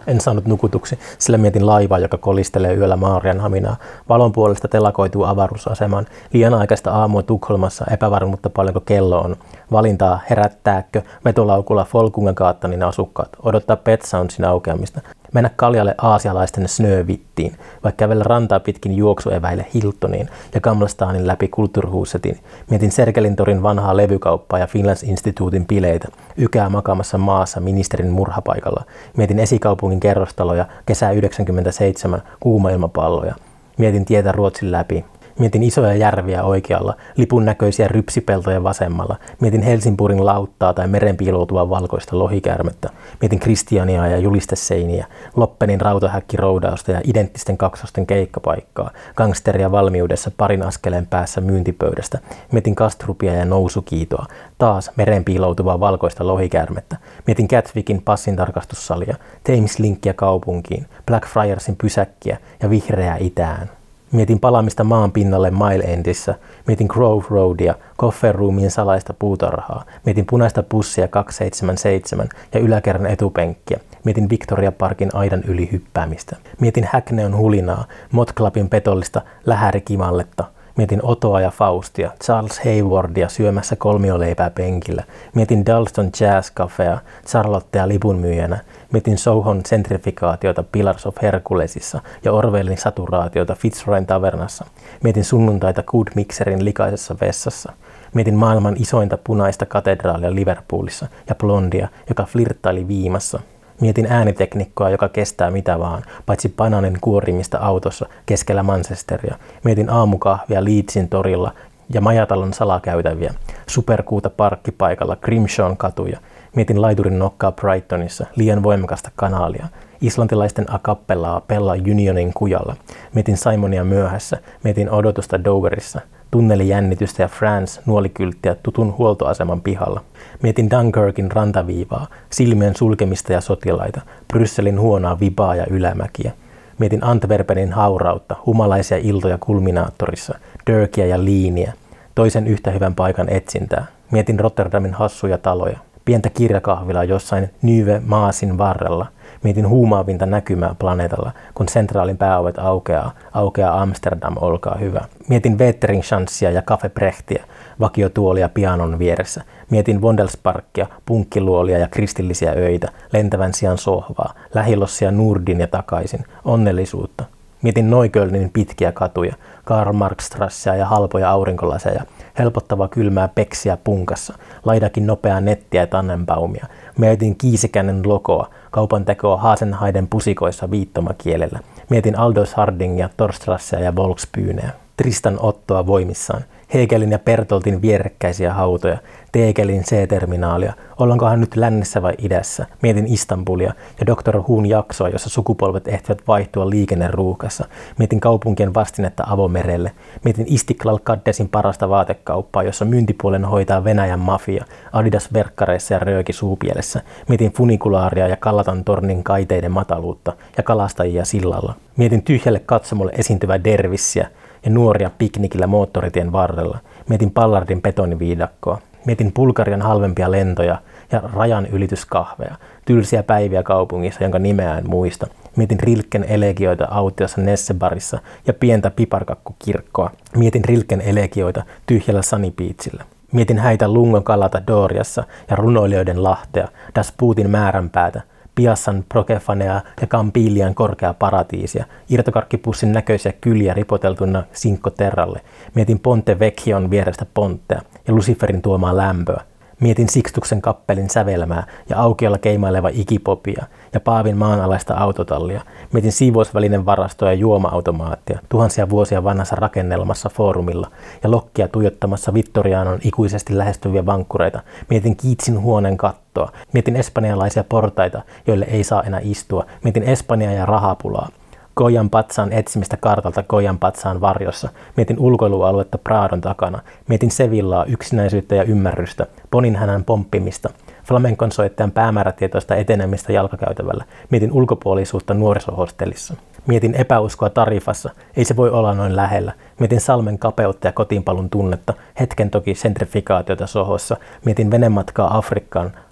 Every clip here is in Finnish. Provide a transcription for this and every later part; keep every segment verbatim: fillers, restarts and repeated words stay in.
En saanut nukutuksi, sillä mietin laivaa, joka kolistelee yöllä Maarian haminaa. Valon puolesta telakoituu avaruusasemaan. Liian aikaista aamua Tukholmassa, epävarmuutta paljonko kello on. Valintaa herättääkö vetolaukulla Folkungaгаttanin asukkaat, odottaa Pet Soundsin aukeamista. Mennä kaljalle aasialaisten Snövittiin, vaikka kävellä rantaa pitkin juoksueväille Hiltoniin ja Gamlestanin läpi Kulturhusetin. Mietin Sergelin torin vanhaa levykauppaa ja Finlands Instituutin bileitä, ykää makaamassa maassa ministerin murhapaikalla. Mietin esikaupungin kerrostaloja, kesä yhdeksänkymmentäseitsemän, kuuma ilmapalloja. Mietin tietä Ruotsin läpi. Mietin isoja järviä oikealla, lipun näköisiä rypsipeltoja vasemmalla. Mietin Helsingborgin lauttaa tai meren piiloutuvan valkoista lohikäärmettä. Mietin Kristiania ja julisteseiniä, Loppenin rautahäkkiroudausta ja identtisten kaksosten keikkapaikkaa. Gangsteria valmiudessa parin askeleen päässä myyntipöydästä. Mietin Kastrupia ja nousukiitoa. Taas meren piiloutuvaa valkoista lohikäärmettä. Mietin Gatwickin passintarkastussalia, Thames-linkkiä kaupunkiin, Blackfriarsin pysäkkiä ja vihreää itään. Mietin palaamista maan pinnalle Mile Endissä. Mietin Grove Roadia, Coffer Roomin salaista puutarhaa. Mietin punaista bussia kaksisataaseitsemänkymmentäseitsemän ja yläkerran etupenkkiä. Mietin Victoria Parkin aidan yli hyppäämistä. Mietin Hackneyn hulinaa, Mott Clubin petollista lähärikimalletta. Mietin Otoa ja Faustia, Charles Haywardia syömässä kolmioleipää penkillä. Mietin Dalston Jazz Cafea, Charlottea lipunmyyjänä. Mietin Sohon sentrifikaatiota Pillars of Herculesissa ja Orwellin saturaatiota Fitzroyn tavernassa. Mietin sunnuntaita Good Mixerin likaisessa vessassa. Mietin maailman isointa punaista katedraalia Liverpoolissa ja Blondia, joka flirttaili viimassa. Mietin ääniteknikkoa, joka kestää mitä vaan, paitsi banaanin kuorimista autossa keskellä Manchesteria. Mietin aamukahvia Leedsin torilla ja Majatalon salakäytäviä, superkuuta parkkipaikalla Grimshawn katuja. Mietin laiturin nokkaa Brightonissa, liian voimakasta kanaalia. Islantilaisten a cappellaa Pella Unionin kujalla. Mietin Simonia myöhässä, mietin odotusta Doverissa. Tunnelijännitystä ja France nuolikylttiä tutun huoltoaseman pihalla. Mietin Dunkirkin rantaviivaa, silmien sulkemista ja sotilaita, Brysselin huonoa vibaa ja ylämäkiä. Mietin Antwerpenin haurautta, humalaisia iltoja kulminaattorissa, Dirkia ja Liiniä, toisen yhtä hyvän paikan etsintää. Mietin Rotterdamin hassuja taloja, pientä kirjakahvilaa jossain Nyve Maasin varrella. Mietin huumaavinta näkymää planeetalla, kun sentraalin pääovet aukeaa, aukeaa Amsterdam, olkaa hyvä. Mietin Weteringschanssia ja Café Brechtiä, vakiotuolia pianon vieressä. Mietin Wondelsparkia, punkkiluolia ja kristillisiä öitä, lentävän sian sohvaa, lähilossia Nurdin ja takaisin, onnellisuutta. Mietin Neuköllnin pitkiä katuja, Karl Marx-strassia ja halpoja aurinkolaseja, helpottava kylmää peksiä punkassa, laidakin nopeaa nettiä ja Tannenbaumia. Mietin Kiisikännen logoa, kaupan tekoa Hasenheiden pusikoissa viittomakielellä. Mietin Aldous Hardingia, Torstrassia ja Volksbühneä. Tristan Ottoa voimissaan, Hegelin ja Bertoltin vierekkäisiä hautoja, Tegelin C-terminaalia, ollaankohan nyt lännessä vai idässä, mietin Istanbulia ja doktor Whon jaksoa, jossa sukupolvet ehtivät vaihtua liikenneruuhkassa, mietin kaupunkien vastinetta avomerelle, mietin Istiklal Kaddesin parasta vaatekauppaa, jossa myyntipuolen hoitaa Venäjän mafia, Adidas verkkareissa ja rööki suupielessä, mietin funikulaaria ja Kallatan tornin kaiteiden mataluutta ja kalastajia sillalla, mietin tyhjälle katsomolle esiintyvää dervissiä ja nuoria piknikillä moottoritien varrella. Mietin Pallardin betoniviidakkoa. Mietin Bulgarian halvempia lentoja ja rajan ylityskahveja. Tylsiä päiviä kaupungissa, jonka nimeä en muista. Mietin Rilken elegioita autiossa Nessebarissa ja pientä piparkakkukirkkoa. Mietin Rilken elegioita tyhjällä Sunny Beachillä. Mietin häitä Lungon kalata Doriassa ja runoilijoiden Lahtea, Das Putin määränpäätä, Piassan Prokefanea ja Campilian korkea paratiisia, irtokarkkipussin näköisiä kyliä ripoteltuna Cinque Terralle. Mietin Ponte Vecchion vierestä Ponttea ja Luciferin tuomaa lämpöä. Mietin Sixtuksen kappelin sävelmää ja aukiolla keimaileva ikipopia ja Paavin maanalaista autotallia. Mietin siivousvälinen varastoa ja juoma-automaattia tuhansia vuosia vanhassa rakennelmassa foorumilla ja lokkia tuijottamassa Vittorianon ikuisesti lähestyviä vankkureita. Mietin Kiitsin huoneen kattoa. Mietin espanjalaisia portaita, joille ei saa enää istua. Mietin Espanjaa ja rahapulaa. Goyan Patsaan etsimistä kartalta Goyan Patsaan varjossa. Mietin ulkoilualuetta Pradon takana. Mietin Sevillaa, yksinäisyyttä ja ymmärrystä. Poninhänän pomppimista. Flamenkon soittajan päämäärätietoista etenemistä jalkakäytävällä. Mietin ulkopuolisuutta nuorisohostelissa. Mietin epäuskoa Tarifassa. Ei se voi olla noin lähellä. Mietin Salmen kapeutta ja kotiinpalun tunnetta. Hetken toki sentrifikaatiota Sohossa. Mietin venematkaa Afrikkaan.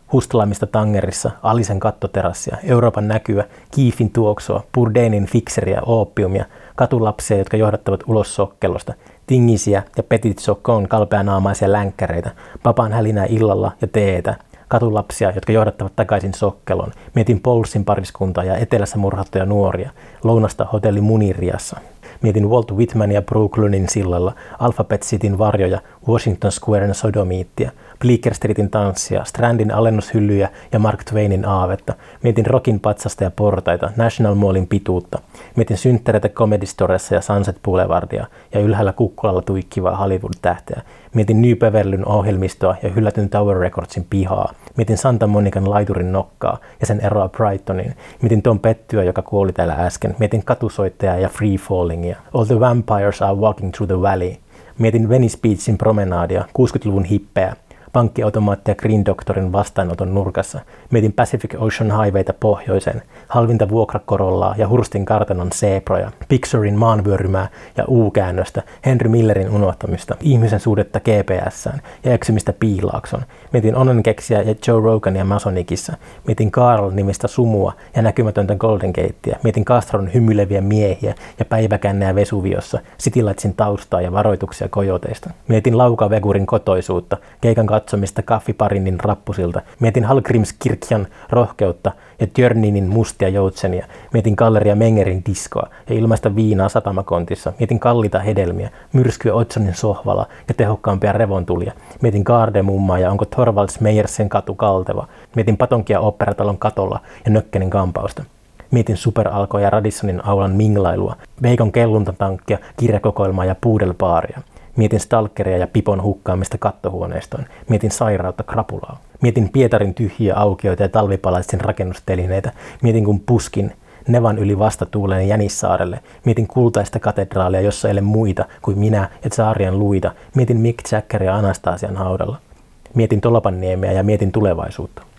Hustalaimista Tangerissa, Alisen kattoterassia, Euroopan näkyä, Kiifin tuoksua, Bourdainin fikseriä, oopiumia, katulapsia, jotka johdattavat ulos sokkelosta, tingisiä ja petit sokkoon kalpeanaamaisia länkkäreitä, papan hälinää illalla ja teetä, katulapsia, jotka johdattavat takaisin sokkeloon. Mietin Paulsin pariskuntaa ja etelässä murhattuja nuoria, lounasta hotelli Muniriassa. Mietin Walt Whitmania Brooklynin sillalla, Alphabet Cityn varjoja, Washington Squaren sodomiittia, Bleecker Streetin tanssia, Strandin alennushyllyjä ja Mark Twainin aavetta. Mietin Rockin patsasta ja portaita, National Mallin pituutta. Mietin synttäreitä Comedy Storessa ja Sunset Boulevardia ja ylhäällä kukkulalla tuikkivaa Hollywood-tähteä. Mietin New Beverlyn ohjelmistoa ja hyllätyn Tower Recordsin pihaa. Mietin Santa Monican laiturin nokkaa ja sen eroa Brightoniin. Mietin Tom Pettyä, joka kuoli täällä äsken. Mietin katusoittajaa ja Free Fallingia. All the vampires are walking through the valley. Mietin Venice Beachin promenaadia, kuusikymmentäluvun hippeä, pankkiautomaattia Green Doctorin vastaanoton nurkassa. Mietin Pacific Ocean Highwayta pohjoiseen, halvinta vuokrakorollaa ja Hurstin kartanon seeproja, Pixarin maanvyörymää ja U-käännöstä, Henry Millerin unohtamista, ihmisen suhdetta G P S:ään ja eksymistä piilaakson. Mietin onnenkeksiä ja Joe Rogania Masonikissa. Mietin Carl-nimistä sumua ja näkymätöntä Golden Gatea. Mietin Castron hymyileviä miehiä ja päiväkännejä Vesuviossa, City Lightsin taustaa ja varoituksia kojoteista. Mietin Lauka Vegurin kotoisuutta, keikan katsomista Kaffiparinin rappusilta. Mietin Hallgrímskirkjan rohkeutta ja Tjörninin mustia joutsenia. Mietin Galleria Mengerin diskoa ja ilmaista viinaa satamakontissa. Mietin kallita hedelmiä, myrskyä Otsonin sohvalla ja tehokkaampia revontulia. Mietin Gardemummaa ja onko Thorvalds Meyersen katu kalteva. Mietin Patonkia Oopperatalon katolla ja Nökkenin kampausta. Mietin Superalkoa ja Radissonin aulan minglailua, Veikon kelluntatankkia, kirjakokoelmaa ja puudelbaaria. Mietin stalkeria ja Pipon hukkaamista kattohuoneistoon. Mietin sairautta krapulaa. Mietin Pietarin tyhjiä aukioita ja talvipalaisten rakennustelineitä. Mietin kun puskin Nevan yli vastatuuleen Jänissaarelle. Mietin kultaista katedraalia, jossa ei ole muita kuin minä ja tsaarien luita. Mietin Mick Jaggeria Anastasian haudalla. Mietin Tolopanniemeä ja mietin tulevaisuutta.